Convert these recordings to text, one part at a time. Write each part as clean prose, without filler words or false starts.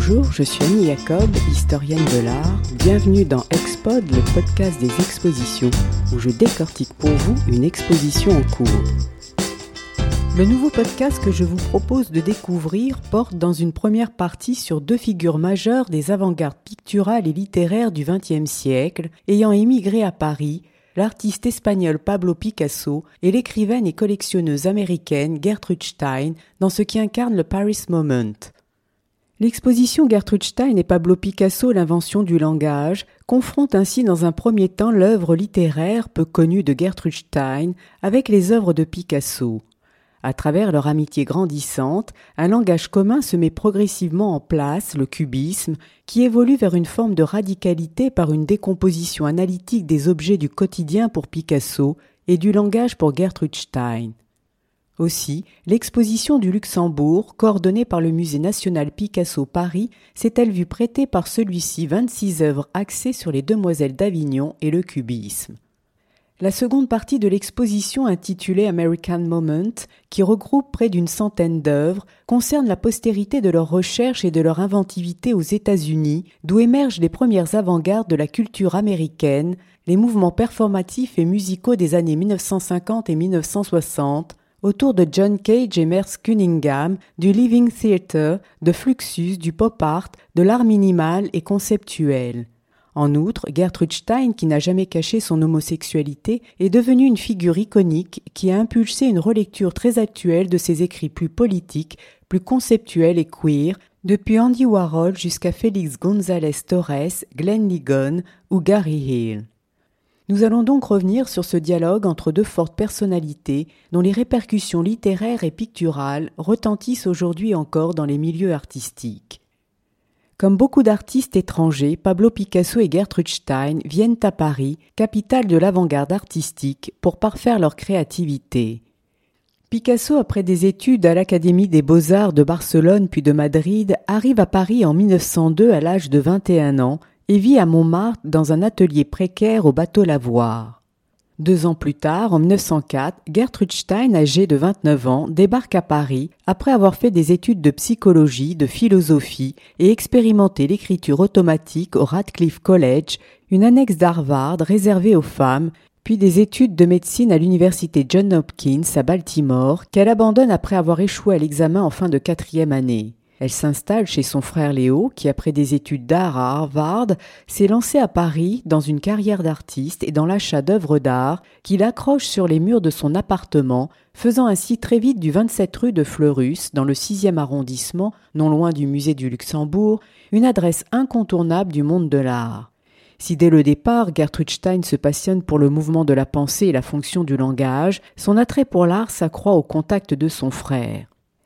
Bonjour, je suis Annie Jacob, historienne de l'art. Bienvenue dans Expod, le podcast des expositions, où je décortique pour vous une exposition en cours. Le nouveau podcast que je vous propose de découvrir porte dans une première partie sur deux figures majeures des avant-gardes picturales et littéraires du XXe siècle, ayant émigré à Paris, l'artiste espagnol Pablo Picasso et l'écrivaine et collectionneuse américaine Gertrude Stein dans ce qui incarne le Paris Moment. L'exposition Gertrude Stein et Pablo Picasso, l'invention du langage, confronte ainsi dans un premier temps l'œuvre littéraire peu connue de Gertrude Stein avec les œuvres de Picasso. À travers leur amitié grandissante, un langage commun se met progressivement en place, le cubisme, qui évolue vers une forme de radicalité par une décomposition analytique des objets du quotidien pour Picasso et du langage pour Gertrude Stein. Aussi, l'exposition du Luxembourg, coordonnée par le Musée national Picasso Paris, s'est-elle vue prêter par celui-ci 26 œuvres axées sur les demoiselles d'Avignon et le cubisme. La seconde partie de l'exposition intitulée American Moment, qui regroupe près d'une centaine d'œuvres, concerne la postérité de leurs recherches et de leur inventivité aux États-Unis, d'où émergent les premières avant-gardes de la culture américaine, les mouvements performatifs et musicaux des années 1950 et 1960, autour de John Cage et Merce Cunningham, du Living Theatre, de Fluxus, du pop art, de l'art minimal et conceptuel. En outre, Gertrude Stein, qui n'a jamais caché son homosexualité, est devenue une figure iconique qui a impulsé une relecture très actuelle de ses écrits plus politiques, plus conceptuels et queer, depuis Andy Warhol jusqu'à Félix González Torres, Glenn Ligon ou Gary Hill. Nous allons donc revenir sur ce dialogue entre deux fortes personnalités dont les répercussions littéraires et picturales retentissent aujourd'hui encore dans les milieux artistiques. Comme beaucoup d'artistes étrangers, Pablo Picasso et Gertrude Stein viennent à Paris, capitale de l'avant-garde artistique, pour parfaire leur créativité. Picasso, après des études à l'Académie des Beaux-Arts de Barcelone puis de Madrid, arrive à Paris en 1902 à l'âge de 21 ans et vit à Montmartre dans un atelier précaire au bateau Lavoir. 2 ans plus tard, en 1904, Gertrude Stein, âgée de 29 ans, débarque à Paris après avoir fait des études de psychologie, de philosophie et expérimenté l'écriture automatique au Radcliffe College, une annexe d'Harvard réservée aux femmes, puis des études de médecine à l'université Johns Hopkins à Baltimore, qu'elle abandonne après avoir échoué à l'examen en fin de 4e année. Elle s'installe chez son frère Léo, qui après des études d'art à Harvard, s'est lancé à Paris dans une carrière d'artiste et dans l'achat d'œuvres d'art qu'il accroche sur les murs de son appartement, faisant ainsi très vite du 27 rue de Fleurus, dans le 6e arrondissement, non loin du musée du Luxembourg, une adresse incontournable du monde de l'art. Si dès le départ, Gertrude Stein se passionne pour le mouvement de la pensée et la fonction du langage, son attrait pour l'art s'accroît au contact de son frère.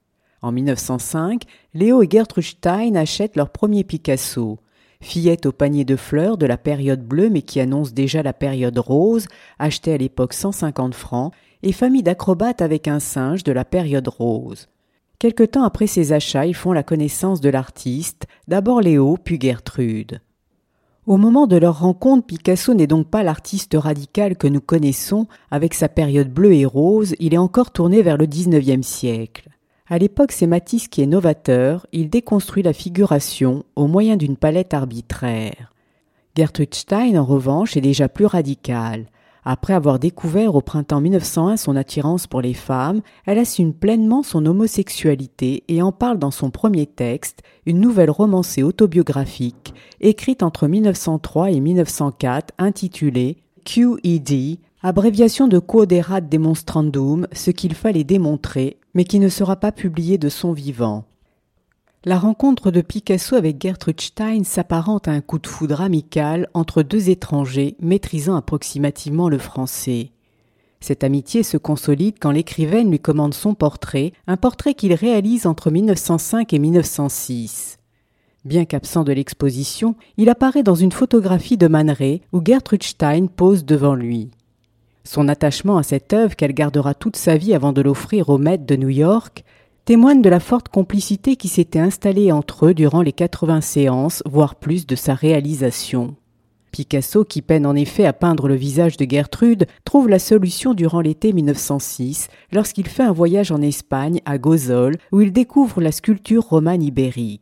En 1905, Léo et Gertrude Stein achètent leur premier Picasso. Fillette au panier de fleurs de la période bleue mais qui annonce déjà la période rose, achetée à l'époque 150 francs, et famille d'acrobates avec un singe de la période rose. Quelque temps après ces achats, ils font la connaissance de l'artiste, d'abord Léo puis Gertrude. Au moment de leur rencontre, Picasso n'est donc pas l'artiste radical que nous connaissons, avec sa période bleue et rose, il est encore tourné vers le 19e siècle. À l'époque, c'est Matisse qui est novateur, il déconstruit la figuration au moyen d'une palette arbitraire. Gertrude Stein, en revanche, est déjà plus radicale. Après avoir découvert au printemps 1901 son attirance pour les femmes, elle assume pleinement son homosexualité et en parle dans son premier texte, une nouvelle romancée autobiographique, écrite entre 1903 et 1904, intitulée « QED », abréviation de Quod erat demonstrandum, ce qu'il fallait démontrer, mais qui ne sera pas publié de son vivant. La rencontre de Picasso avec Gertrude Stein s'apparente à un coup de foudre amical entre deux étrangers maîtrisant approximativement le français. Cette amitié se consolide quand l'écrivaine lui commande son portrait, un portrait qu'il réalise entre 1905 et 1906. Bien qu'absent de l'exposition, il apparaît dans une photographie de Man Ray où Gertrude Stein pose devant lui. Son attachement à cette œuvre qu'elle gardera toute sa vie avant de l'offrir au Met de New York témoigne de la forte complicité qui s'était installée entre eux durant les 80 séances, voire plus, de sa réalisation. Picasso, qui peine en effet à peindre le visage de Gertrude, trouve la solution durant l'été 1906, lorsqu'il fait un voyage en Espagne, à Gozol, où il découvre la sculpture romane ibérique.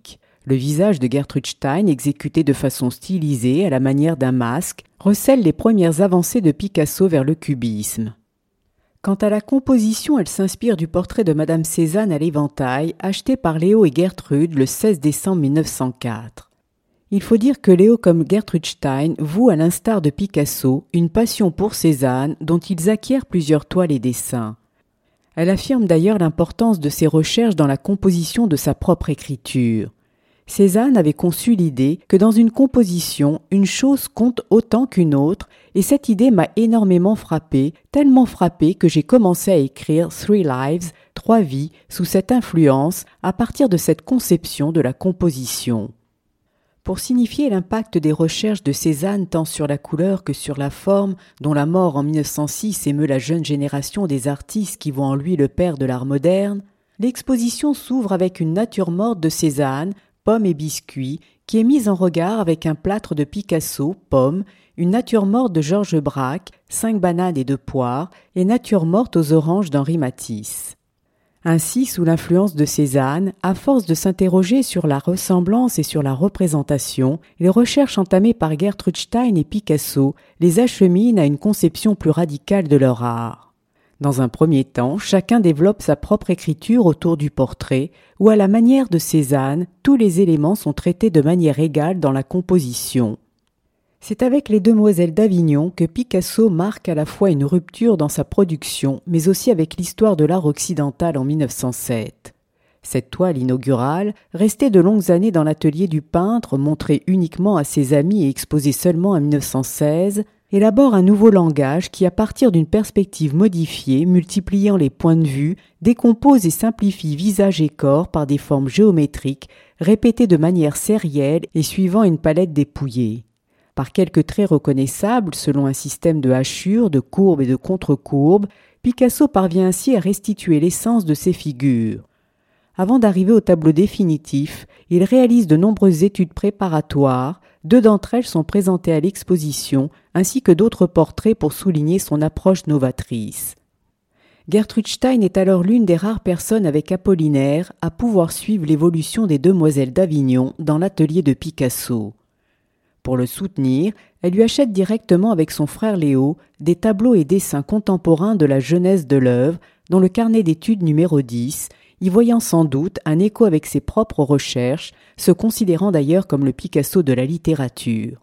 Le visage de Gertrude Stein, exécuté de façon stylisée à la manière d'un masque, recèle les premières avancées de Picasso vers le cubisme. Quant à la composition, elle s'inspire du portrait de Madame Cézanne à l'éventail, acheté par Léo et Gertrude le 16 décembre 1904. Il faut dire que Léo comme Gertrude Stein vouent, à l'instar de Picasso, une passion pour Cézanne dont ils acquièrent plusieurs toiles et dessins. Elle affirme d'ailleurs l'importance de ses recherches dans la composition de sa propre écriture. Cézanne avait conçu l'idée que dans une composition, une chose compte autant qu'une autre, et cette idée m'a énormément frappé, tellement frappé que j'ai commencé à écrire 3 Lives, 3 vies, sous cette influence, à partir de cette conception de la composition. Pour signifier l'impact des recherches de Cézanne tant sur la couleur que sur la forme, dont la mort en 1906 émeut la jeune génération des artistes qui voient en lui le père de l'art moderne, l'exposition s'ouvre avec une nature morte de Cézanne, Pommes et biscuits, qui est mise en regard avec un plâtre de Picasso, Pommes, une nature morte de Georges Braque, 5 bananes et 2 poires, et nature morte aux oranges d'Henri Matisse. Ainsi, sous l'influence de Cézanne, à force de s'interroger sur la ressemblance et sur la représentation, les recherches entamées par Gertrude Stein et Picasso les acheminent à une conception plus radicale de leur art. Dans un premier temps, chacun développe sa propre écriture autour du portrait, où à la manière de Cézanne, tous les éléments sont traités de manière égale dans la composition. C'est avec les Demoiselles d'Avignon que Picasso marque à la fois une rupture dans sa production, mais aussi avec l'histoire de l'art occidental en 1907. Cette toile inaugurale, restée de longues années dans l'atelier du peintre, montrée uniquement à ses amis et exposée seulement en 1916, élabore un nouveau langage qui, à partir d'une perspective modifiée, multipliant les points de vue, décompose et simplifie visage et corps par des formes géométriques, répétées de manière sérielle et suivant une palette dépouillée. Par quelques traits reconnaissables, selon un système de hachures, de courbes et de contre-courbes, Picasso parvient ainsi à restituer l'essence de ses figures. Avant d'arriver au tableau définitif, il réalise de nombreuses études préparatoires. 2 d'entre elles sont présentées à l'exposition, ainsi que d'autres portraits pour souligner son approche novatrice. Gertrude Stein est alors l'une des rares personnes avec Apollinaire à pouvoir suivre l'évolution des Demoiselles d'Avignon dans l'atelier de Picasso. Pour le soutenir, elle lui achète directement avec son frère Léo des tableaux et dessins contemporains de la jeunesse de l'œuvre, dont le carnet d'études numéro 10, y voyant sans doute un écho avec ses propres recherches, se considérant d'ailleurs comme le Picasso de la littérature.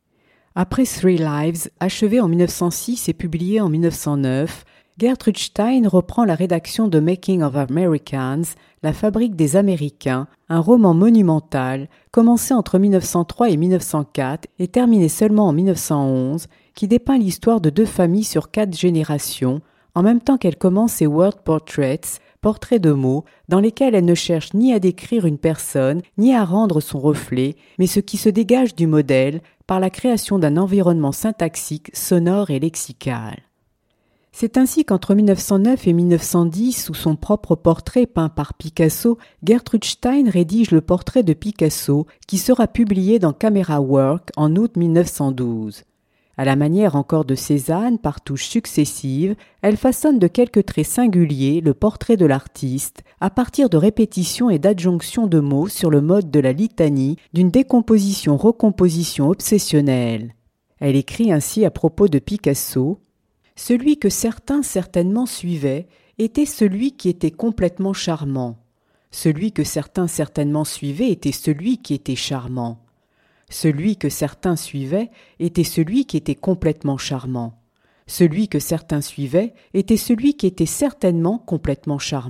Après 3 Lives, achevé en 1906 et publié en 1909, Gertrude Stein reprend la rédaction de Making of Americans, La fabrique des Américains, un roman monumental, commencé entre 1903 et 1904 et terminé seulement en 1911, qui dépeint l'histoire de 2 familles sur 4 générations, en même temps qu'elle commence ses word portraits, portraits de mots, dans lesquels elle ne cherche ni à décrire une personne, ni à rendre son reflet, mais ce qui se dégage du modèle par la création d'un environnement syntaxique, sonore et lexical. C'est ainsi qu'entre 1909 et 1910, sous son propre portrait peint par Picasso, Gertrude Stein rédige le portrait de Picasso qui sera publié dans Camera Work en août 1912. À la manière encore de Cézanne, par touches successives, elle façonne de quelques traits singuliers le portrait de l'artiste, à partir de répétitions et d'adjonctions de mots sur le mode de la litanie d'une décomposition-recomposition obsessionnelle. Elle écrit ainsi à propos de Picasso: « Celui que certains certainement suivaient était celui qui était complètement charmant. Celui que certains certainement suivaient était celui qui était charmant. Celui que certains suivaient était celui qui était complètement charmant. Celui que certains suivaient était celui qui était certainement complètement charmant. »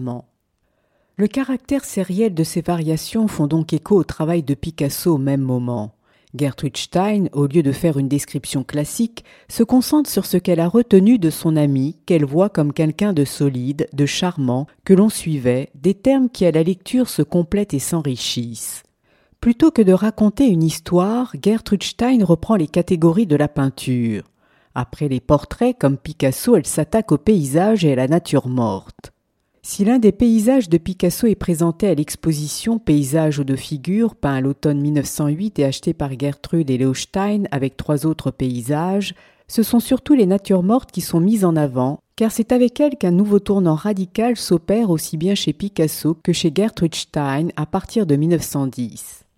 Le caractère sériel de ces variations font donc écho au travail de Picasso au même moment. Gertrude Stein, au lieu de faire une description classique, se concentre sur ce qu'elle a retenu de son ami, qu'elle voit comme quelqu'un de solide, de charmant, que l'on suivait, des termes qui à la lecture se complètent et s'enrichissent. Plutôt que de raconter une histoire, Gertrude Stein reprend les catégories de la peinture. Après les portraits, comme Picasso, elle s'attaque au paysage et à la nature morte. Si l'un des paysages de Picasso est présenté à l'exposition Paysages ou de figures, peint à l'automne 1908 et acheté par Gertrude et Léo Stein avec 3 autres paysages, ce sont surtout les natures mortes qui sont mises en avant, car c'est avec elles qu'un nouveau tournant radical s'opère aussi bien chez Picasso que chez Gertrude Stein à partir de 1910.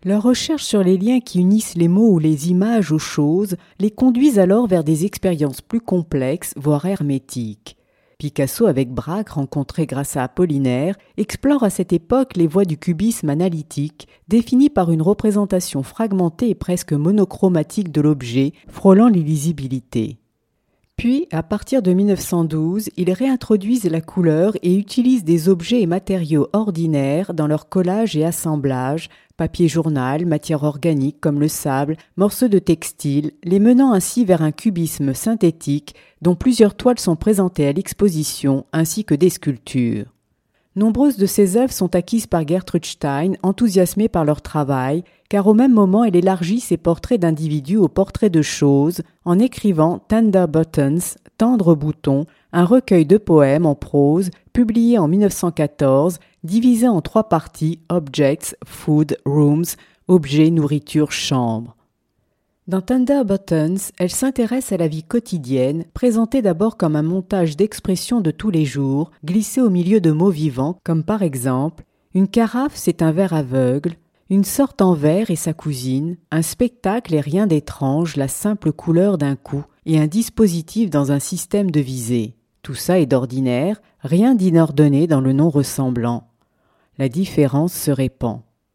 Leurs recherches sur les liens qui unissent les mots ou les images aux choses les conduisent alors vers des expériences plus complexes, voire hermétiques. Picasso, avec Braque, rencontré grâce à Apollinaire, explore à cette époque les voies du cubisme analytique, défini par une représentation fragmentée et presque monochromatique de l'objet, frôlant l'illisibilité. Puis, à partir de 1912, ils réintroduisent la couleur et utilisent des objets et matériaux ordinaires dans leur collage et assemblage, papier journal, matière organique comme le sable, morceaux de textile, les menant ainsi vers un cubisme synthétique dont plusieurs toiles sont présentées à l'exposition ainsi que des sculptures. Nombreuses de ces œuvres sont acquises par Gertrude Stein, enthousiasmée par leur travail, car au même moment elle élargit ses portraits d'individus aux portraits de choses en écrivant Tender Buttons, Tendre boutons, un recueil de poèmes en prose publié en 1914, divisé en 3 parties, Objects, Food, Rooms, objets, nourriture, chambre. Dans Tender Buttons, elle s'intéresse à la vie quotidienne, présentée d'abord comme un montage d'expressions de tous les jours, glissé au milieu de mots vivants, comme par exemple « Une carafe, c'est un verre aveugle », une sorte en verre et sa cousine, un spectacle et rien d'étrange, la simple couleur d'un coup, et un dispositif dans un système de visée. Tout ça est d'ordinaire, rien d'inordonné dans le non-ressemblant. La différence se répand.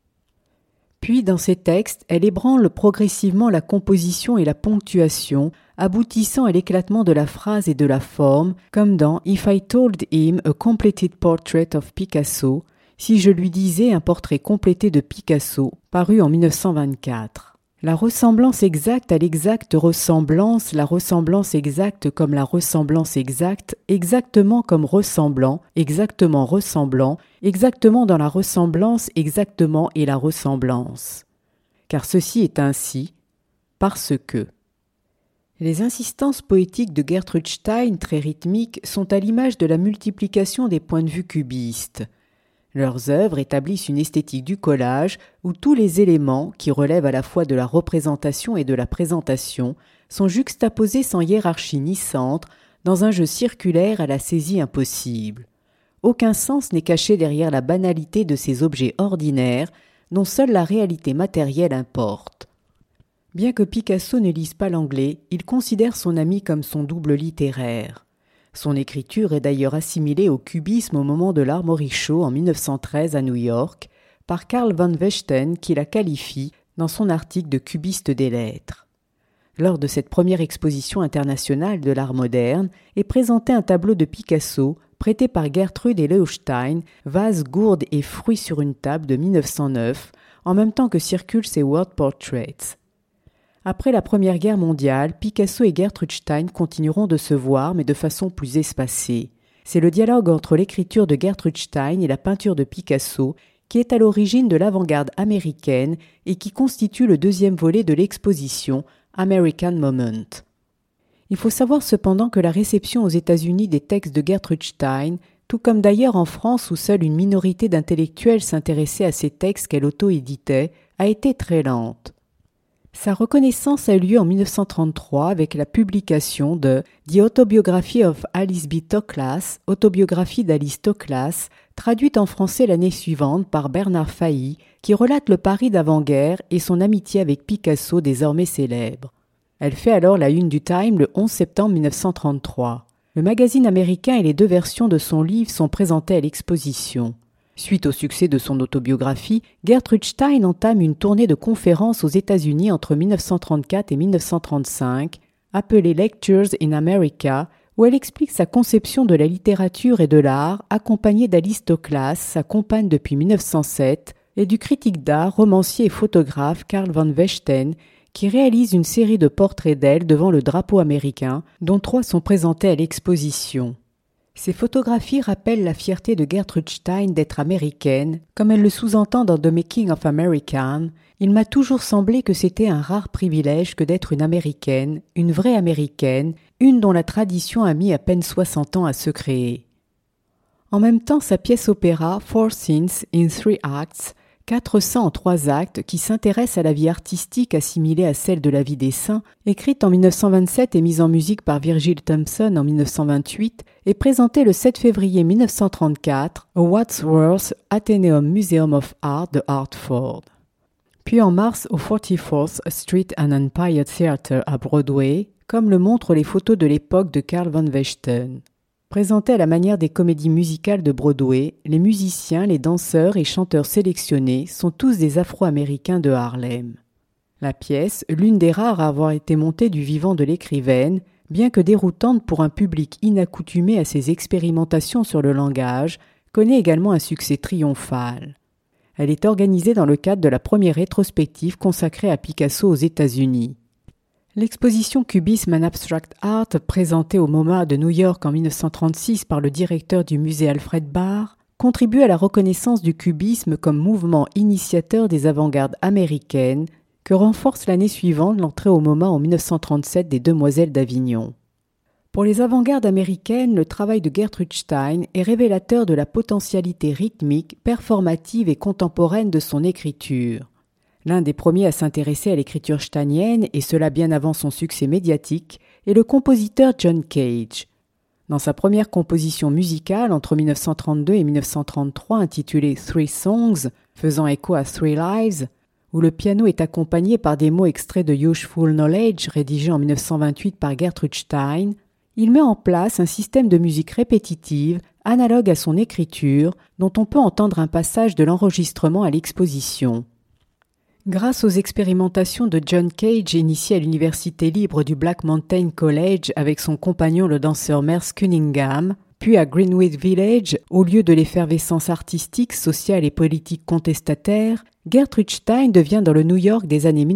Puis, dans ses textes, elle ébranle progressivement la composition et la ponctuation, aboutissant à l'éclatement de la phrase et de la forme, comme dans « If I told him a completed portrait of Picasso », si je lui disais un portrait complété de Picasso, paru en 1924. La ressemblance exacte à l'exacte ressemblance, la ressemblance exacte comme la ressemblance exacte, exactement comme ressemblant, exactement ressemblant, exactement dans la ressemblance, exactement et la ressemblance. Car ceci est ainsi, parce que. Les insistances poétiques de Gertrude Stein, très rythmiques, sont à l'image de la multiplication des points de vue cubistes. Leurs œuvres établissent une esthétique du collage où tous les éléments, qui relèvent à la fois de la représentation et de la présentation, sont juxtaposés sans hiérarchie ni centre, dans un jeu circulaire à la saisie impossible. Aucun sens n'est caché derrière la banalité de ces objets ordinaires, dont seule la réalité matérielle importe. Bien que Picasso ne lise pas l'anglais, il considère son ami comme son double littéraire. Son écriture est d'ailleurs assimilée au cubisme au moment de l'Armory Show en 1913 à New York par Carl van Vechten qui la qualifie dans son article de cubiste des lettres. Lors de cette première exposition internationale de l'art moderne est présenté un tableau de Picasso prêté par Gertrude et Leo Stein, vase, gourde et fruits sur une table de 1909, en même temps que circulent ses World Portraits. Après la Première Guerre mondiale, Picasso et Gertrude Stein continueront de se voir, mais de façon plus espacée. C'est le dialogue entre l'écriture de Gertrude Stein et la peinture de Picasso qui est à l'origine de l'avant-garde américaine et qui constitue le deuxième volet de l'exposition American Moment. Il faut savoir cependant que la réception aux États-Unis des textes de Gertrude Stein, tout comme d'ailleurs en France où seule une minorité d'intellectuels s'intéressait à ces textes qu'elle auto-éditait, a été très lente. Sa reconnaissance a eu lieu en 1933 avec la publication de The Autobiography of Alice B. Toklas, autobiographie d'Alice Toklas, traduite en français l'année suivante par Bernard Failly, qui relate le Paris d'avant-guerre et son amitié avec Picasso désormais célèbre. Elle fait alors la une du Time le 11 septembre 1933. Le magazine américain et les 2 versions de son livre sont présentés à l'exposition. Suite au succès de son autobiographie, Gertrude Stein entame une tournée de conférences aux États-Unis entre 1934 et 1935, appelée Lectures in America, où elle explique sa conception de la littérature et de l'art, accompagnée d'Alice Toklas, sa compagne depuis 1907, et du critique d'art, romancier et photographe Carl van Vechten, qui réalise une série de portraits d'elle devant le drapeau américain, dont 3 sont présentés à l'exposition. Ces photographies rappellent la fierté de Gertrude Stein d'être américaine, comme elle le sous-entend dans The Making of American. Il m'a toujours semblé que c'était un rare privilège que d'être une américaine, une vraie américaine, une dont la tradition a mis à peine 60 ans à se créer. En même temps, sa pièce opéra Four Scenes in 3 Acts, 400 en 3 actes qui s'intéresse à la vie artistique assimilée à celle de la vie des saints, écrite en 1927 et mise en musique par Virgil Thompson en 1928, est présentée le 7 février 1934 au Wadsworth Atheneum Museum of Art de Hartford. puis en mars au 44th Street and Empire Theatre à Broadway, comme le montrent les photos de l'époque de Carl van Vechten. Présentés à la manière des comédies musicales de Broadway, les musiciens, les danseurs et chanteurs sélectionnés sont tous des Afro-Américains de Harlem. La pièce, l'une des rares à avoir été montée du vivant de l'écrivaine, bien que déroutante pour un public inaccoutumé à ses expérimentations sur le langage, connaît également un succès triomphal. Elle est organisée dans le cadre de la première rétrospective consacrée à Picasso aux États-Unis. L'exposition Cubisme and Abstract Art, présentée au MoMA de New York en 1936 par le directeur du musée Alfred Barr, contribue à la reconnaissance du cubisme comme mouvement initiateur des avant-gardes américaines, que renforce l'année suivante l'entrée au MoMA en 1937 des Demoiselles d'Avignon. Pour les avant-gardes américaines, le travail de Gertrude Stein est révélateur de la potentialité rythmique, performative et contemporaine de son écriture. L'un des premiers à s'intéresser à l'écriture steinienne, et cela bien avant son succès médiatique, est le compositeur John Cage. Dans sa première composition musicale entre 1932 et 1933 intitulée Three Songs, faisant écho à Three Lives, où le piano est accompagné par des mots extraits de Useful Knowledge rédigé en 1928 par Gertrude Stein, il met en place un système de musique répétitive, analogue à son écriture, dont on peut entendre un passage de l'enregistrement à l'exposition. Grâce aux expérimentations de John Cage initiées à l'université libre du Black Mountain College avec son compagnon le danseur Merce Cunningham, puis à Greenwich Village, au lieu de l'effervescence artistique, sociale et politique contestataire, Gertrude Stein devient dans le New York des années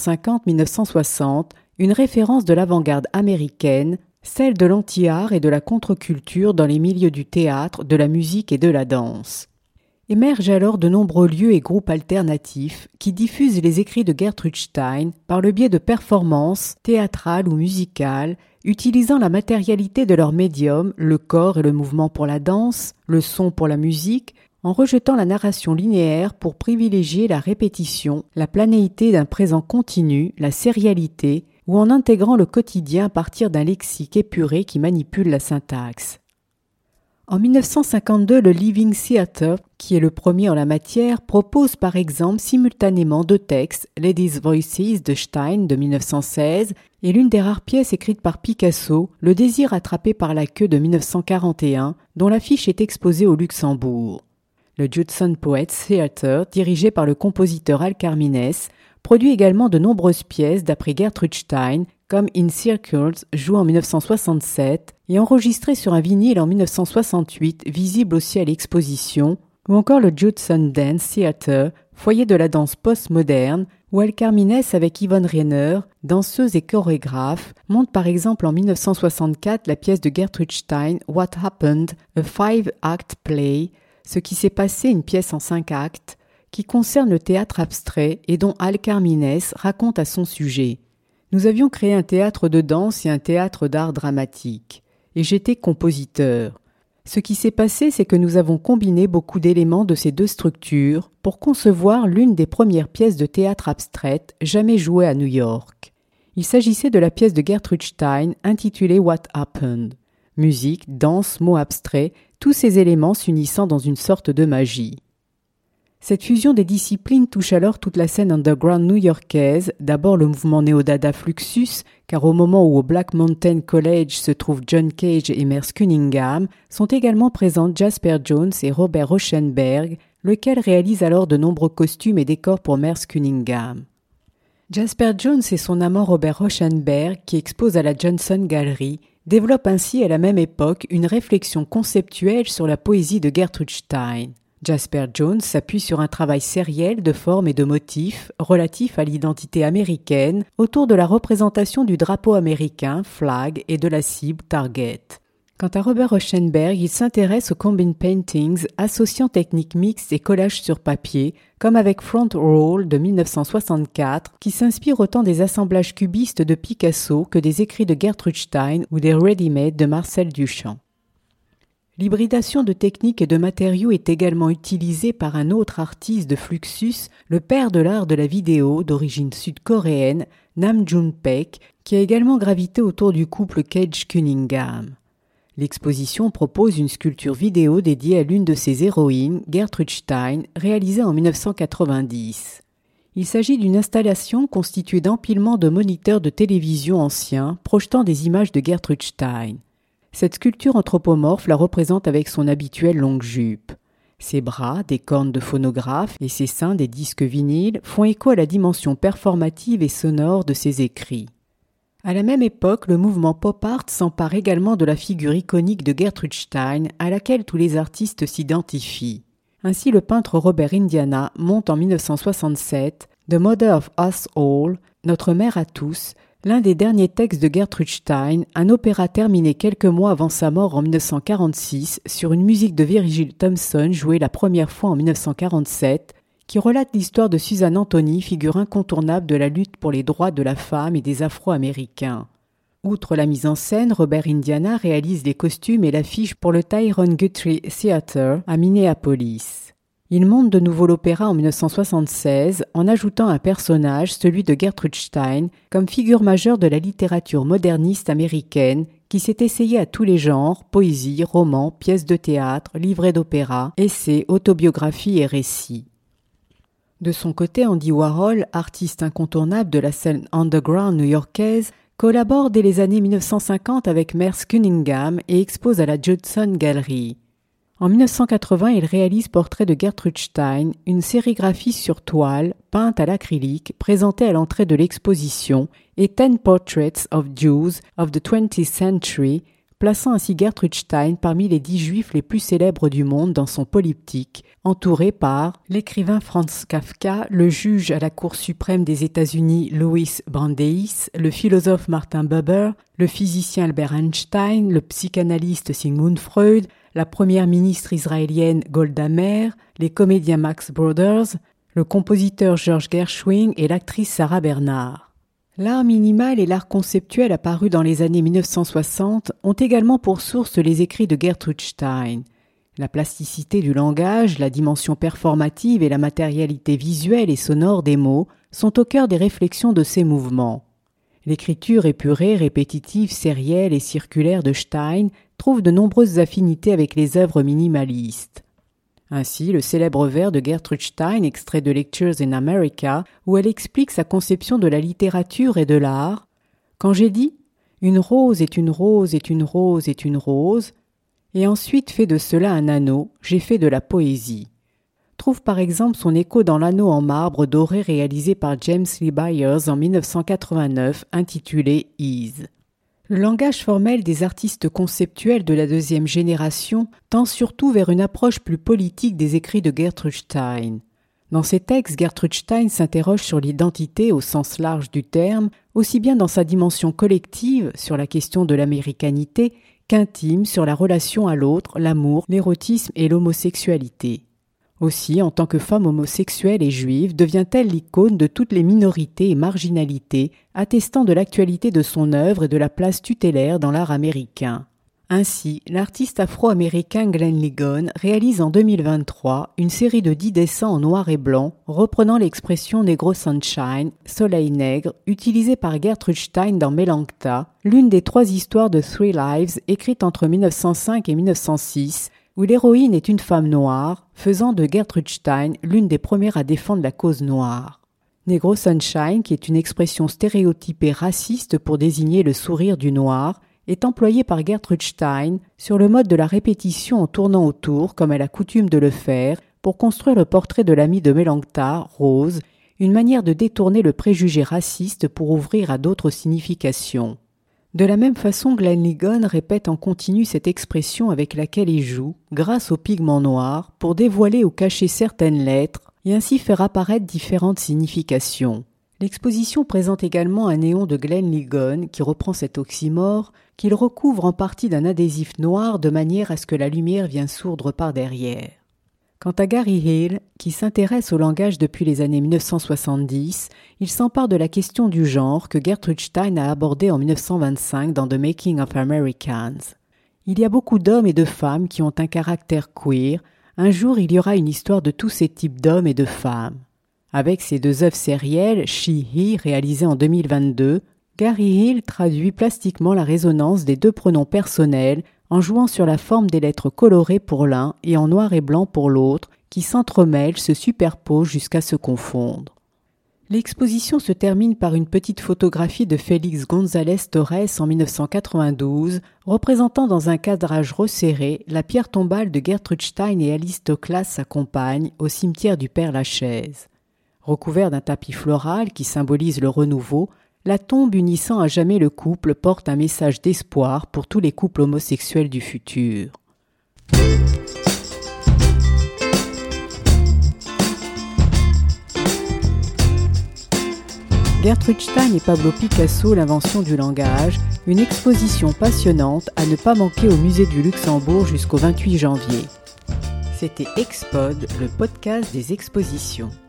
1950-1960 une référence de l'avant-garde américaine, celle de l'anti-art et de la contre-culture dans les milieux du théâtre, de la musique et de la danse. Émergent alors de nombreux lieux et groupes alternatifs qui diffusent les écrits de Gertrude Stein par le biais de performances théâtrales ou musicales, utilisant la matérialité de leur médium, le corps et le mouvement pour la danse, le son pour la musique, en rejetant la narration linéaire pour privilégier la répétition, la planéité d'un présent continu, la sérialité, ou en intégrant le quotidien à partir d'un lexique épuré qui manipule la syntaxe. En 1952, le Living Theatre, qui est le premier en la matière, propose par exemple simultanément deux textes, Ladies' Voices de Stein de 1916 et l'une des rares pièces écrites par Picasso, Le désir attrapé par la queue de 1941, dont l'affiche est exposée au Luxembourg. Le Judson Poets Theatre, dirigé par le compositeur Al Carmines, produit également de nombreuses pièces d'après Gertrude Stein, comme In Circles, joué en 1967, et enregistré sur un vinyle en 1968, visible aussi à l'exposition, ou encore le Judson Dance Theatre, foyer de la danse post-moderne, où Al Carmines avec Yvonne Rainer, danseuse et chorégraphe, monte par exemple en 1964 la pièce de Gertrude Stein, What Happened, a 5-act play, ce qui s'est passé, une pièce en 5 actes, qui concerne le théâtre abstrait et dont Al Carmines raconte à son sujet. Nous avions créé un théâtre de danse et un théâtre d'art dramatique, et j'étais compositeur. Ce qui s'est passé, c'est que nous avons combiné beaucoup d'éléments de ces deux structures pour concevoir l'une des premières pièces de théâtre abstraite jamais jouées à New York. Il s'agissait de la pièce de Gertrude Stein intitulée What Happened. Musique, danse, mots abstraits, tous ces éléments s'unissant dans une sorte de magie. Cette fusion des disciplines touche alors toute la scène underground new-yorkaise, d'abord le mouvement néo-dada Fluxus, car au moment où au Black Mountain College se trouvent John Cage et Merce Cunningham, sont également présents Jasper Jones et Robert Rauschenberg, lequel réalise alors de nombreux costumes et décors pour Merce Cunningham. Jasper Jones et son amant Robert Rauschenberg, qui expose à la Johnson Gallery, développent ainsi à la même époque une réflexion conceptuelle sur la poésie de Gertrude Stein. Jasper Jones s'appuie sur un travail sériel de forme et de motifs relatifs à l'identité américaine autour de la représentation du drapeau américain, flag, et de la cible, target. Quant à Robert Rauschenberg, il s'intéresse aux combine paintings associant techniques mixtes et collages sur papier, comme avec Front Roll de 1964, qui s'inspire autant des assemblages cubistes de Picasso que des écrits de Gertrude Stein ou des ready-made de Marcel Duchamp. L'hybridation de techniques et de matériaux est également utilisée par un autre artiste de Fluxus, le père de l'art de la vidéo d'origine sud-coréenne, Nam June-paik, qui a également gravité autour du couple Cage-Cunningham. L'exposition propose une sculpture vidéo dédiée à l'une de ses héroïnes, Gertrude Stein, réalisée en 1990. Il s'agit d'une installation constituée d'empilements de moniteurs de télévision anciens projetant des images de Gertrude Stein. Cette sculpture anthropomorphe la représente avec son habituelle longue jupe. Ses bras, des cornes de phonographe, et ses seins, des disques vinyles, font écho à la dimension performative et sonore de ses écrits. À la même époque, le mouvement pop art s'empare également de la figure iconique de Gertrude Stein, à laquelle tous les artistes s'identifient. Ainsi, le peintre Robert Indiana monte en 1967 « The Mother of Us All », Notre mère à tous, l'un des derniers textes de Gertrude Stein, un opéra terminé quelques mois avant sa mort en 1946 sur une musique de Virgil Thomson jouée la première fois en 1947, qui relate l'histoire de Susan Anthony, figure incontournable de la lutte pour les droits de la femme et des Afro-Américains. Outre la mise en scène, Robert Indiana réalise les costumes et l'affiche pour le Tyrone Guthrie Theatre à Minneapolis. Il monte de nouveau l'opéra en 1976 en ajoutant un personnage, celui de Gertrude Stein, comme figure majeure de la littérature moderniste américaine qui s'est essayée à tous les genres, poésie, romans, pièces de théâtre, livrets d'opéra, essais, autobiographies et récits. De son côté, Andy Warhol, artiste incontournable de la scène underground new-yorkaise, collabore dès les années 1950 avec Merce Cunningham et expose à la Judson Gallery. En 1980, il réalise Portrait de Gertrude Stein, une sérigraphie sur toile, peinte à l'acrylique, présentée à l'entrée de l'exposition, et 10 Portraits of Jews of the 20th Century, plaçant ainsi Gertrude Stein parmi les 10 juifs les plus célèbres du monde dans son polyptyque, entouré par l'écrivain Franz Kafka, le juge à la Cour suprême des États-Unis Louis Brandeis, le philosophe Martin Buber, le physicien Albert Einstein, le psychanalyste Sigmund Freud, la première ministre israélienne Golda Meir, les comédiens Max Brothers, le compositeur George Gershwin et l'actrice Sarah Bernhardt. L'art minimal et l'art conceptuel apparus dans les années 1960 ont également pour source les écrits de Gertrude Stein. La plasticité du langage, la dimension performative et la matérialité visuelle et sonore des mots sont au cœur des réflexions de ces mouvements. L'écriture épurée, répétitive, sérielle et circulaire de Stein trouve de nombreuses affinités avec les œuvres minimalistes. Ainsi, le célèbre vers de Gertrude Stein, extrait de Lectures in America, où elle explique sa conception de la littérature et de l'art. Quand j'ai dit « une rose est une rose est une rose est une rose », et ensuite fait de cela un anneau, j'ai fait de la poésie. Trouve par exemple son écho dans l'anneau en marbre doré réalisé par James Lee Byers en 1989, intitulé « Ease ». Le langage formel des artistes conceptuels de la deuxième génération tend surtout vers une approche plus politique des écrits de Gertrude Stein. Dans ses textes, Gertrude Stein s'interroge sur l'identité au sens large du terme, aussi bien dans sa dimension collective, sur la question de l'américanité, qu'intime, sur la relation à l'autre, l'amour, l'érotisme et l'homosexualité. Aussi, en tant que femme homosexuelle et juive, devient-elle l'icône de toutes les minorités et marginalités, attestant de l'actualité de son œuvre et de la place tutélaire dans l'art américain. Ainsi, l'artiste afro-américain Glenn Ligon réalise en 2023 une série de 10 dessins en noir et blanc, reprenant l'expression Negro Sunshine, soleil nègre, utilisée par Gertrude Stein dans Melancta, l'une des 3 histoires de Three Lives écrites entre 1905 et 1906, où l'héroïne est une femme noire, faisant de Gertrude Stein l'une des premières à défendre la cause noire. Negro Sunshine, qui est une expression stéréotypée raciste pour désigner le sourire du noir, est employée par Gertrude Stein sur le mode de la répétition en tournant autour, comme elle a coutume de le faire, pour construire le portrait de l'amie de Melancta, Rose, une manière de détourner le préjugé raciste pour ouvrir à d'autres significations. De la même façon, Glenn Ligon répète en continu cette expression avec laquelle il joue, grâce au pigment noir, pour dévoiler ou cacher certaines lettres et ainsi faire apparaître différentes significations. L'exposition présente également un néon de Glenn Ligon qui reprend cet oxymore, qu'il recouvre en partie d'un adhésif noir de manière à ce que la lumière vienne sourdre par derrière. Quant à Gary Hill, qui s'intéresse au langage depuis les années 1970, il s'empare de la question du genre que Gertrude Stein a abordée en 1925 dans The Making of Americans. Il y a beaucoup d'hommes et de femmes qui ont un caractère queer. Un jour, il y aura une histoire de tous ces types d'hommes et de femmes. Avec ses 2 œuvres sérielles, She-He, réalisées en 2022, Gary Hill traduit plastiquement la résonance des 2 pronoms personnels en jouant sur la forme des lettres colorées pour l'un et en noir et blanc pour l'autre, qui s'entremêlent, se superposent jusqu'à se confondre. L'exposition se termine par une petite photographie de Félix González Torres en 1992, représentant dans un cadrage resserré la pierre tombale de Gertrude Stein et Alice Toklas, sa compagne, au cimetière du Père-Lachaise. Recouvert d'un tapis floral qui symbolise le renouveau, la tombe unissant à jamais le couple porte un message d'espoir pour tous les couples homosexuels du futur. Gertrude Stein et Pablo Picasso, l'invention du langage, une exposition passionnante à ne pas manquer au Musée du Luxembourg jusqu'au 28 janvier. C'était Expod, le podcast des expositions.